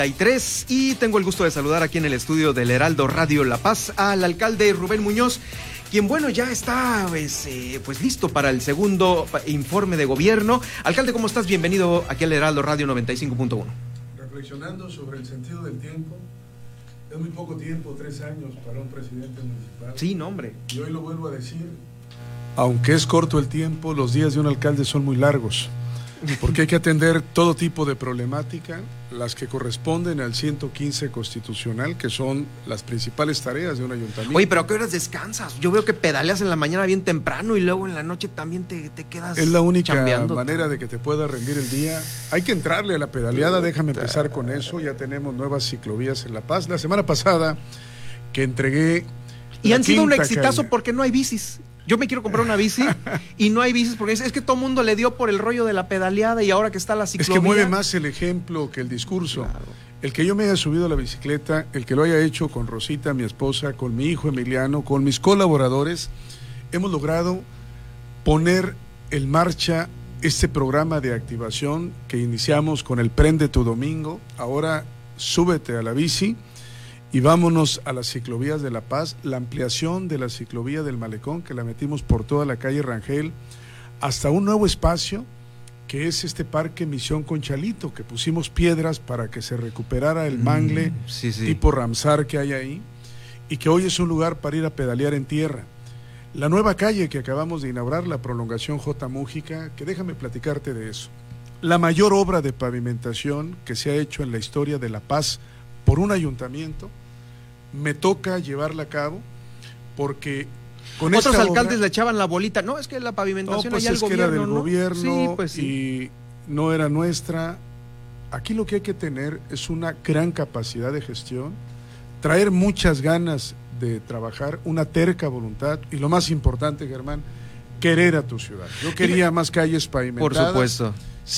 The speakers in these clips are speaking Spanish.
Y tengo el gusto de saludar aquí en el estudio del Heraldo Radio La Paz al alcalde Rubén Muñoz, quien ya está pues listo para el segundo informe de gobierno. Alcalde, ¿cómo estás? Bienvenido aquí al Heraldo Radio 95.1. Reflexionando sobre el sentido del tiempo, es muy poco tiempo, 3 años para un presidente municipal. Sí, no, hombre. Y hoy lo vuelvo a decir, aunque es corto el tiempo, los días de un alcalde son muy largos, porque hay que atender todo tipo de problemática, las que corresponden al 115 constitucional, que son las principales tareas de un ayuntamiento. Oye, pero ¿a qué horas descansas? Yo veo que pedaleas en la mañana bien temprano y luego en la noche también te quedas. Es la única chambeando. manera de que te pueda rendir el día. Hay que entrarle a la pedaleada, déjame empezar con eso. Ya tenemos nuevas ciclovías en La Paz. La semana pasada que entregué... Y han sido un exitazo calle, porque no hay bicis. Yo me quiero comprar una bici y no hay bicis porque es que todo el mundo le dio por el rollo de la pedaleada y ahora que está la ciclovía. Es que mueve más el ejemplo que el discurso. Claro. El que yo me haya subido a la bicicleta, el que lo haya hecho con Rosita, mi esposa, con mi hijo Emiliano, con mis colaboradores, hemos logrado poner en marcha este programa de activación que iniciamos con el Prende tu Domingo. Ahora súbete a la bici y vámonos a las ciclovías de La Paz, la ampliación de la ciclovía del Malecón, que la metimos por toda la calle Rangel, hasta un nuevo espacio, que es este parque Misión Conchalito, que pusimos piedras para que se recuperara el mangle tipo Ramsar que hay ahí, y que hoy es un lugar para ir a pedalear en tierra. La nueva calle que acabamos de inaugurar, la prolongación J. Mújica, que déjame platicarte de eso. La mayor obra de pavimentación que se ha hecho en la historia de La Paz por un ayuntamiento. Me toca llevarla a cabo porque con otros esta alcaldes obra, le echaban la bolita, no, es que la pavimentación pues allá es al que gobierno, era del gobierno, sí, pues sí. Y no era nuestra. Aquí lo que hay que tener es una gran capacidad de gestión, traer muchas ganas de trabajar, una terca voluntad y lo más importante, Germán, querer a tu ciudad. Yo quería más calles pavimentadas. Por supuesto.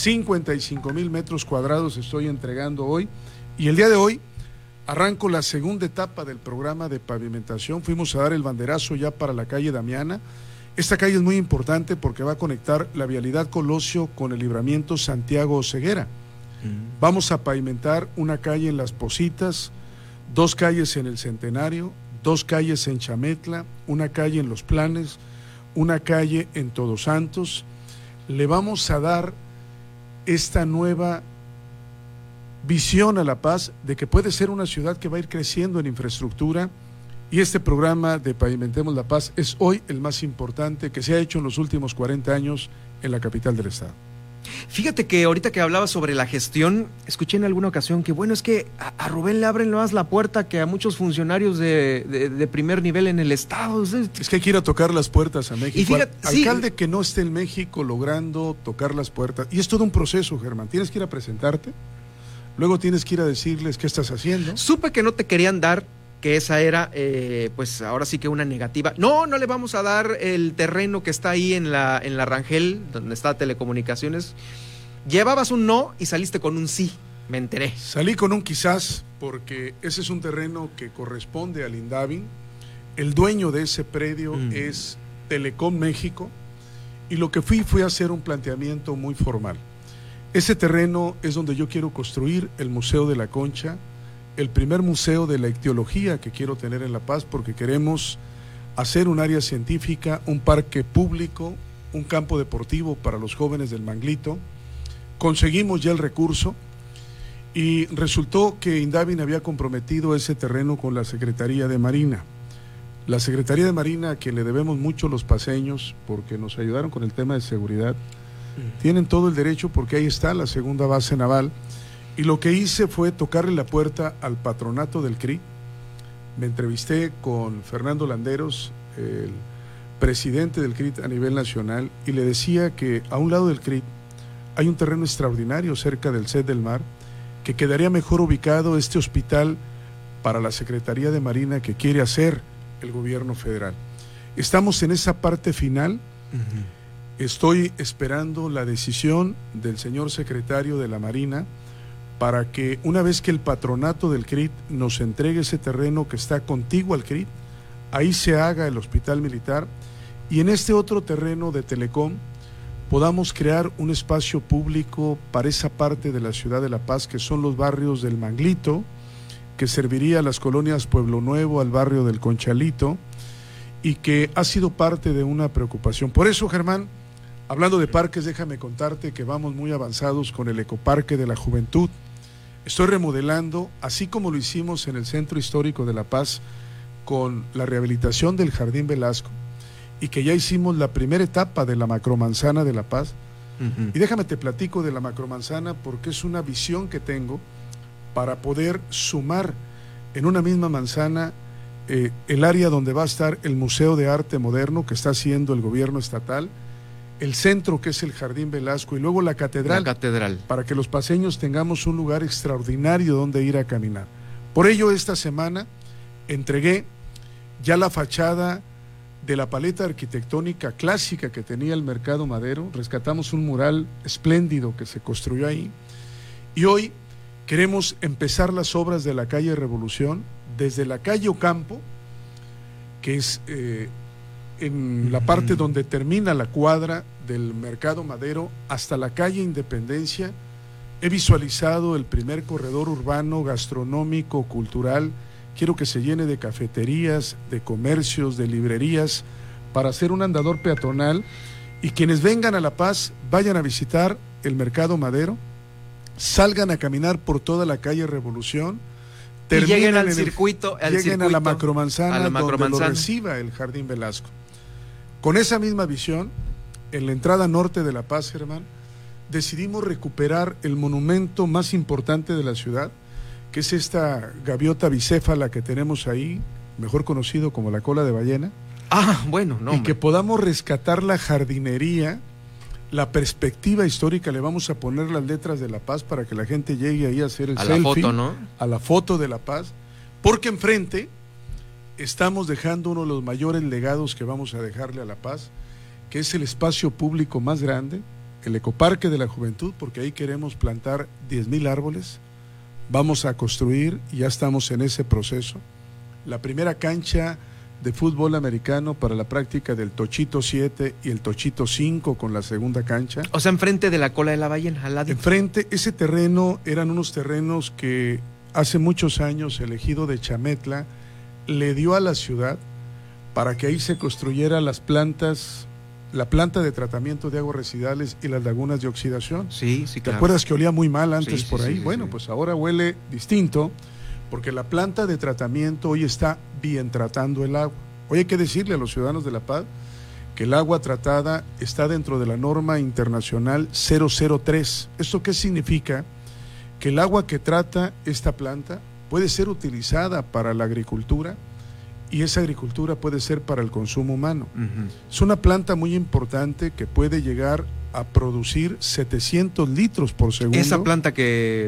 55,000 metros cuadrados estoy entregando hoy y el día de hoy arranco la segunda etapa del programa de pavimentación. Fuimos a dar el banderazo ya para la calle Damiana. Esta calle es muy importante porque va a conectar la vialidad Colosio con el libramiento Santiago-Oseguera. Vamos a pavimentar una calle en Las Positas, 2 calles en el Centenario, 2 calles en Chametla, una calle en Los Planes, una calle en Todos Santos. Le vamos a dar esta nueva visión a La Paz de que puede ser una ciudad que va a ir creciendo en infraestructura, y este programa de Pavimentemos La Paz es hoy el más importante que se ha hecho en los últimos 40 años en la capital del estado. Fíjate que ahorita que hablabas sobre la gestión, escuché en alguna ocasión que es que a Rubén le abren más la puerta que a muchos funcionarios de primer nivel en el estado. Es que hay que ir a tocar las puertas a México. Y fíjate, alcalde que no esté en México logrando tocar las puertas, y es todo un proceso, Germán, tienes que ir a presentarte. Luego tienes que ir a decirles qué estás haciendo. Supe que no te querían dar, que esa era, pues ahora sí que una negativa. No le vamos a dar el terreno que está ahí en la Rangel, donde está Telecomunicaciones. Llevabas un no y saliste con un sí, me enteré. Salí con un quizás, porque ese es un terreno que corresponde al Indavin. El dueño de ese predio es Telecom México, y lo que fue a hacer un planteamiento muy formal. Ese terreno es donde yo quiero construir el Museo de la Concha, el primer museo de la ictiología que quiero tener en La Paz, porque queremos hacer un área científica, un parque público, un campo deportivo para los jóvenes del Manglito. Conseguimos ya el recurso y resultó que Indavin había comprometido ese terreno con la Secretaría de Marina. La Secretaría de Marina, a quien le debemos mucho los paseños, porque nos ayudaron con el tema de seguridad, tienen todo el derecho porque ahí está la segunda base naval, y lo que hice fue tocarle la puerta al patronato del CRI. Me entrevisté con Fernando Landeros, el presidente del CRI a nivel nacional, y le decía que a un lado del CRI hay un terreno extraordinario cerca del CED del Mar, que quedaría mejor ubicado este hospital para la Secretaría de Marina que quiere hacer el gobierno federal. Estamos en esa parte final. Estoy esperando la decisión del señor secretario de la Marina para que una vez que el patronato del CRIT nos entregue ese terreno que está contiguo al CRIT, ahí se haga el hospital militar, y en este otro terreno de Telecom podamos crear un espacio público para esa parte de la ciudad de La Paz, que son los barrios del Manglito, que serviría a las colonias Pueblo Nuevo, al barrio del Conchalito, y que ha sido parte de una preocupación. Por eso, Germán, hablando de parques, déjame contarte que vamos muy avanzados con el Ecoparque de la Juventud. Estoy remodelando, así como lo hicimos en el Centro Histórico de La Paz, con la rehabilitación del Jardín Velasco, y que ya hicimos la primera etapa de la macromanzana de La Paz. Y déjame te platico de la macromanzana, porque es una visión que tengo para poder sumar en una misma manzana el área donde va a estar el Museo de Arte Moderno que está haciendo el gobierno estatal, el centro que es el Jardín Velasco, y luego la catedral, para que los paseños tengamos un lugar extraordinario donde ir a caminar. Por ello, esta semana entregué ya la fachada de la paleta arquitectónica clásica que tenía el Mercado Madero. Rescatamos un mural espléndido que se construyó ahí, y hoy queremos empezar las obras de la calle Revolución, desde la calle Ocampo, que es en la parte donde termina la cuadra del Mercado Madero, hasta la calle Independencia. He visualizado el primer corredor urbano, gastronómico, cultural. Quiero que se llene de cafeterías, de comercios, de librerías, para hacer un andador peatonal, y quienes vengan a La Paz vayan a visitar el Mercado Madero, salgan a caminar por toda la calle Revolución, y lleguen al circuito, lleguen a la macromanzana, donde lo reciba el Jardín Velasco. Con esa misma visión, en la entrada norte de La Paz, Germán, decidimos recuperar el monumento más importante de la ciudad, que es esta gaviota bicéfala que tenemos ahí, mejor conocido como la cola de ballena. Bueno, no. Y que podamos rescatar la jardinería, la perspectiva histórica. Le vamos a poner las letras de La Paz para que la gente llegue ahí a hacer el selfie. A la foto, ¿no? A la foto de La Paz, porque enfrente estamos dejando uno de los mayores legados que vamos a dejarle a La Paz, que es el espacio público más grande, el Ecoparque de la Juventud, porque ahí queremos plantar 10,000 árboles. Vamos a construir, y ya estamos en ese proceso, la primera cancha de fútbol americano para la práctica del Tochito 7 y el Tochito 5 con la segunda cancha. O sea, enfrente de la cola de la ballena, al lado. Enfrente, ese terreno eran unos terrenos que hace muchos años el ejido de Chametla le dio a la ciudad para que ahí se construyera las plantas, la planta de tratamiento de aguas residuales y las lagunas de oxidación. Sí, ¿Te acuerdas que olía muy mal antes por ahí? Bueno, pues ahora huele distinto, porque la planta de tratamiento hoy está bien tratando el agua. Hoy hay que decirle a los ciudadanos de La Paz que el agua tratada está dentro de la norma internacional 003. ¿Esto qué significa? Que el agua que trata esta planta puede ser utilizada para la agricultura, y esa agricultura puede ser para el consumo humano. Es una planta muy importante que puede llegar a producir 700 litros por segundo. Esa planta que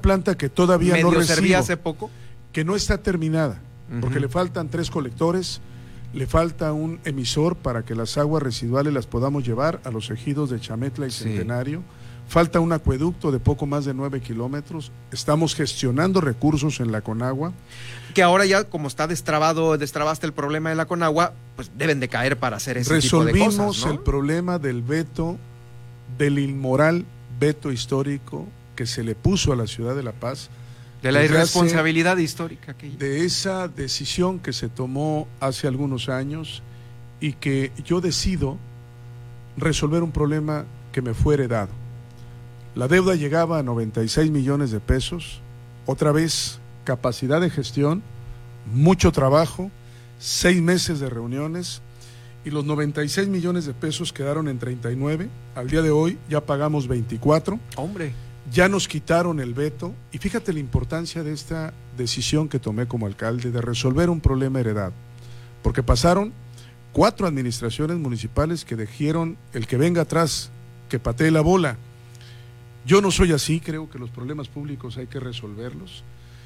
todavía no recibo, servía hace poco, que no está terminada, porque le faltan 3 colectores, le falta un emisor para que las aguas residuales las podamos llevar a los ejidos de Chametla y Centenario. Falta un acueducto de poco más de 9 kilómetros. Estamos gestionando recursos en la Conagua. Que ahora ya, como está destrabaste el problema de la Conagua, pues deben de caer para hacer ese tipo de cosas, ¿no? Resolvimos el problema del veto, del inmoral veto histórico que se le puso a la ciudad de La Paz. De la irresponsabilidad histórica. De esa decisión que se tomó hace algunos años, y que yo decido resolver un problema que me fue heredado. La deuda llegaba a 96 millones de pesos, otra vez capacidad de gestión, mucho trabajo, 6 meses de reuniones, y los 96 millones de pesos quedaron en 39, al día de hoy ya pagamos 24. ¡Hombre! Ya nos quitaron el veto, y fíjate la importancia de esta decisión que tomé como alcalde de resolver un problema heredado, porque pasaron 4 administraciones municipales que dijeron el que venga atrás que patee la bola. Yo no soy así, creo que los problemas públicos hay que resolverlos,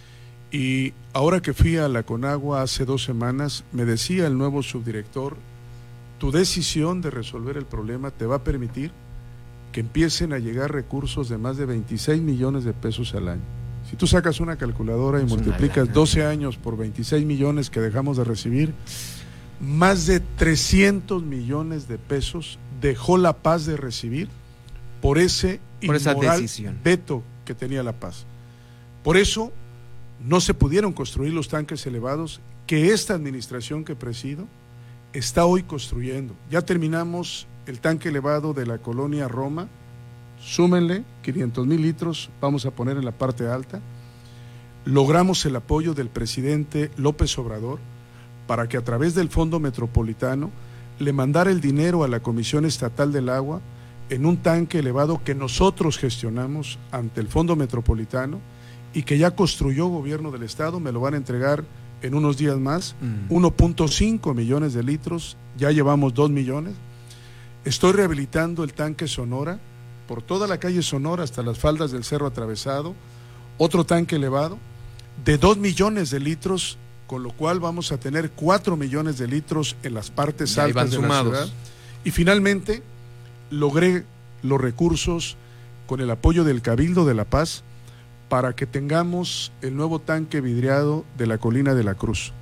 y ahora que fui a la Conagua hace 2 semanas, me decía el nuevo subdirector, tu decisión de resolver el problema te va a permitir que empiecen a llegar recursos de más de 26 millones de pesos al año. Si tú sacas una calculadora y multiplicas 12 años por 26 millones que dejamos de recibir, más de 300 millones de pesos dejó La Paz de recibir por esa decisión, veto que tenía La Paz. Por eso no se pudieron construir los tanques elevados que esta administración que presido está hoy construyendo. Ya terminamos el tanque elevado de la colonia Roma, súmenle 500,000 litros, vamos a poner en la parte alta. Logramos el apoyo del presidente López Obrador para que a través del Fondo Metropolitano le mandara el dinero a la Comisión Estatal del Agua en un tanque elevado que nosotros gestionamos ante el Fondo Metropolitano y que ya construyó Gobierno del Estado. Me lo van a entregar en unos días más, 1.5 millones de litros, ya llevamos 2 millones. Estoy rehabilitando el tanque Sonora, por toda la calle Sonora hasta las faldas del Cerro Atravesado, otro tanque elevado de 2 millones de litros, con lo cual vamos a tener 4 millones de litros en las partes altas de la ciudad. Y finalmente logré los recursos con el apoyo del Cabildo de La Paz para que tengamos el nuevo tanque vidriado de la Colina de la Cruz,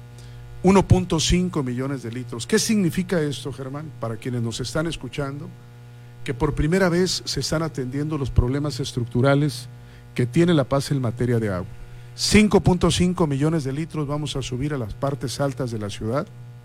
1.5 millones de litros. ¿Qué significa esto, Germán? Para quienes nos están escuchando, que por primera vez se están atendiendo los problemas estructurales que tiene La Paz en materia de agua. 5.5 millones de litros vamos a subir a las partes altas de la ciudad.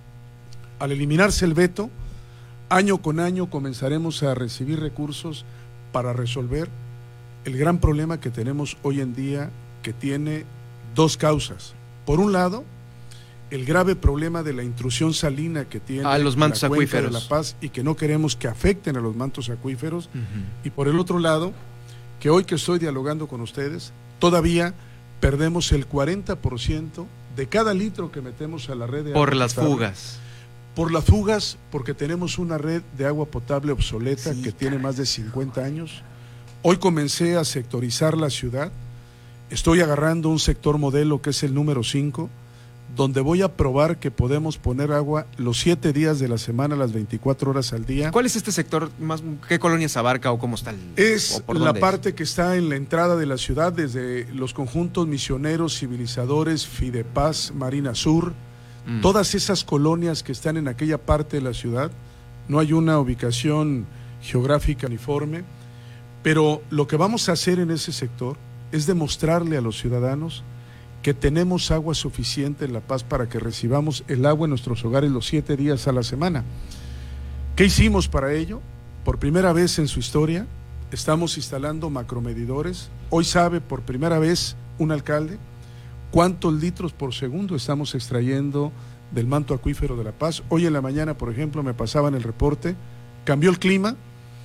Al eliminarse el veto, año con año comenzaremos a recibir recursos para resolver el gran problema que tenemos hoy en día, que tiene dos causas. Por un lado, el grave problema de la intrusión salina que tiene a los mantos la cuenca acuíferos de La Paz y que no queremos que afecten a los mantos acuíferos. Y por el otro lado, que hoy que estoy dialogando con ustedes, todavía perdemos el 40% de cada litro que metemos a la red de agua por las potable. fugas. Por las fugas, porque tenemos una red de agua potable obsoleta que tiene más de 50 años. Hoy comencé a sectorizar la ciudad. Estoy agarrando un sector modelo que es el número 5, donde voy a probar que podemos poner agua los 7 días de la semana, las 24 horas al día. ¿Cuál es este sector? ¿Qué colonias abarca o cómo está Es la parte que está en la entrada de la ciudad, desde los conjuntos misioneros, civilizadores, Fidepaz, Marina Sur, todas esas colonias que están en aquella parte de la ciudad. No hay una ubicación geográfica uniforme, pero lo que vamos a hacer en ese sector es demostrarle a los ciudadanos que tenemos agua suficiente en La Paz para que recibamos el agua en nuestros hogares los 7 días a la semana. ¿Qué hicimos para ello? Por primera vez en su historia estamos instalando macromedidores. Hoy sabe por primera vez un alcalde cuántos litros por segundo estamos extrayendo del manto acuífero de La Paz. Hoy en la mañana, por ejemplo, me pasaban el reporte, cambió el clima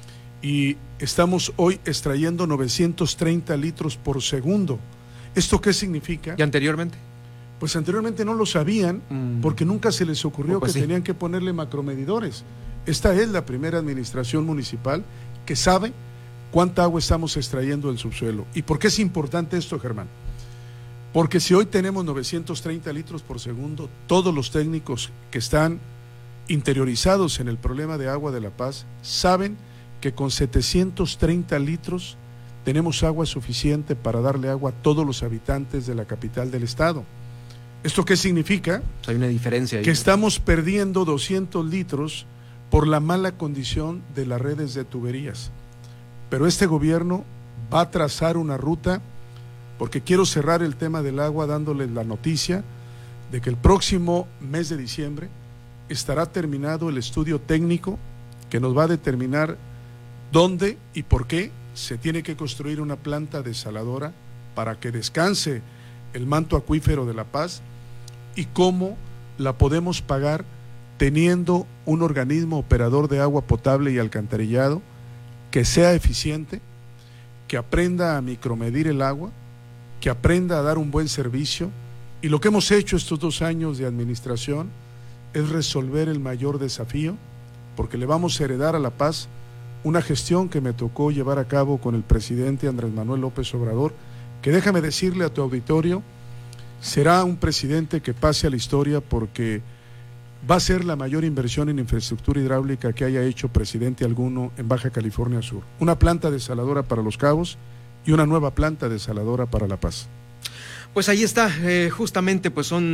y estamos hoy extrayendo 930 litros por segundo. ¿Esto qué significa? ¿Y anteriormente? Pues anteriormente no lo sabían porque nunca se les ocurrió pues que tenían que ponerle macromedidores. Esta es la primera administración municipal que sabe cuánta agua estamos extrayendo del subsuelo. ¿Y por qué es importante esto, Germán? Porque si hoy tenemos 930 litros por segundo, todos los técnicos que están interiorizados en el problema de agua de La Paz saben que con 730 litros tenemos agua suficiente para darle agua a todos los habitantes de la capital del estado. ¿Esto qué significa? Hay una diferencia ahí. Que estamos perdiendo 200 litros por la mala condición de las redes de tuberías. Pero este gobierno va a trazar una ruta, porque quiero cerrar el tema del agua dándoles la noticia de que el próximo mes de diciembre estará terminado el estudio técnico que nos va a determinar dónde y por qué se tiene que construir una planta desaladora para que descanse el manto acuífero de La Paz y cómo la podemos pagar teniendo un organismo operador de agua potable y alcantarillado que sea eficiente, que aprenda a micromedir el agua, que aprenda a dar un buen servicio. Y lo que hemos hecho estos 2 años de administración es resolver el mayor desafío, porque le vamos a heredar a La Paz una gestión que me tocó llevar a cabo con el presidente Andrés Manuel López Obrador, que déjame decirle a tu auditorio, será un presidente que pase a la historia porque va a ser la mayor inversión en infraestructura hidráulica que haya hecho presidente alguno en Baja California Sur. Una planta desaladora para Los Cabos y una nueva planta desaladora para La Paz. Pues ahí está, justamente pues son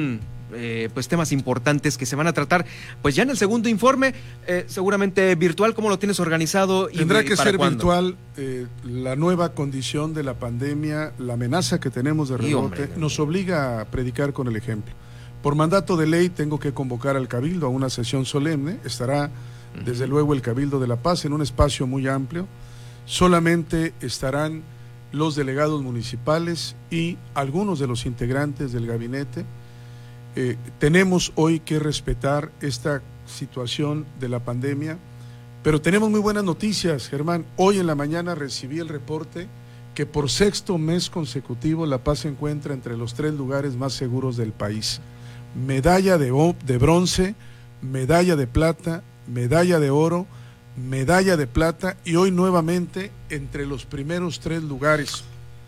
pues temas importantes que se van a tratar pues ya en el segundo informe, seguramente virtual. ¿Cómo lo tienes organizado? Tendrá que ser ¿cuándo? virtual. La nueva condición de la pandemia, la amenaza que tenemos de rebote, nos obliga a predicar con el ejemplo. Por mandato de ley tengo que convocar al Cabildo a una sesión solemne. Estará desde luego el Cabildo de La Paz en un espacio muy amplio. Solamente estarán los delegados municipales y algunos de los integrantes del gabinete. Tenemos hoy que respetar esta situación de la pandemia, pero tenemos muy buenas noticias, Germán. Hoy en la mañana recibí el reporte que por sexto mes consecutivo La Paz se encuentra entre los 3 lugares más seguros del país. Medalla de bronce, medalla de plata, medalla de oro, medalla de plata y hoy nuevamente entre los primeros 3 lugares.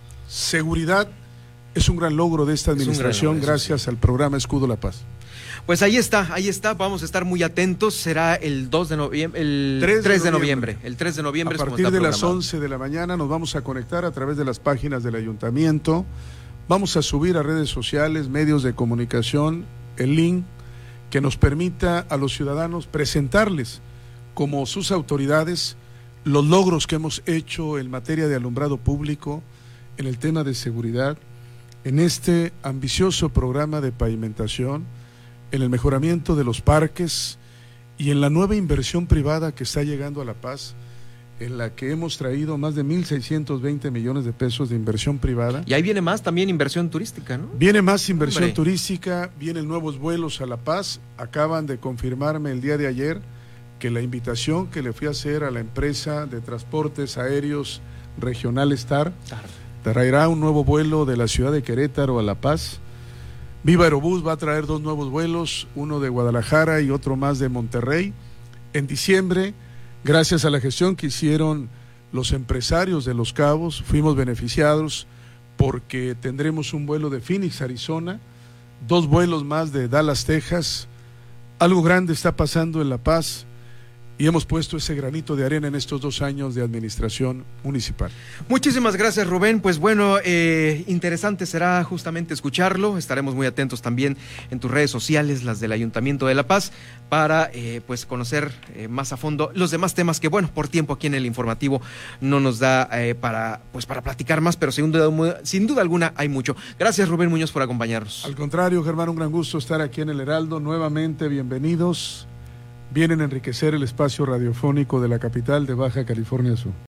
Seguridad es un gran logro de esta administración, gracias al programa Escudo La Paz. Pues ahí está, vamos a estar muy atentos. Será el 2 de noviembre, el 3 de noviembre. El 3 de noviembre. A partir de las 11 de la mañana nos vamos a conectar a través de las páginas del ayuntamiento. Vamos a subir a redes sociales, medios de comunicación, el link que nos permita a los ciudadanos presentarles como sus autoridades los logros que hemos hecho en materia de alumbrado público, en el tema de seguridad, en este ambicioso programa de pavimentación, en el mejoramiento de los parques y en la nueva inversión privada que está llegando a La Paz, en la que hemos traído más de 1,620 millones de pesos de inversión privada. Y ahí viene más también inversión turística, ¿no? Viene más inversión turística, vienen nuevos vuelos a La Paz. Acaban de confirmarme el día de ayer que la invitación que le fui a hacer a la empresa de transportes aéreos regional STAR traerá un nuevo vuelo de la ciudad de Querétaro a La Paz. Viva Aerobús va a traer 2 nuevos vuelos, uno de Guadalajara y otro más de Monterrey. En diciembre, gracias a la gestión que hicieron los empresarios de Los Cabos, fuimos beneficiados porque tendremos un vuelo de Phoenix, Arizona, 2 vuelos más de Dallas, Texas. Algo grande está pasando en La Paz y hemos puesto ese granito de arena en estos 2 años de administración municipal. Muchísimas gracias, Rubén. Pues bueno, interesante será justamente escucharlo. Estaremos muy atentos también en tus redes sociales, las del Ayuntamiento de La Paz, para pues conocer más a fondo los demás temas que, bueno, por tiempo aquí en el informativo no nos da para platicar más, pero sin duda alguna hay mucho. Gracias, Rubén Muñoz, por acompañarnos. Al contrario, Germán, un gran gusto estar aquí en el Heraldo. Nuevamente, bienvenidos. Vienen a enriquecer el espacio radiofónico de la capital de Baja California Sur.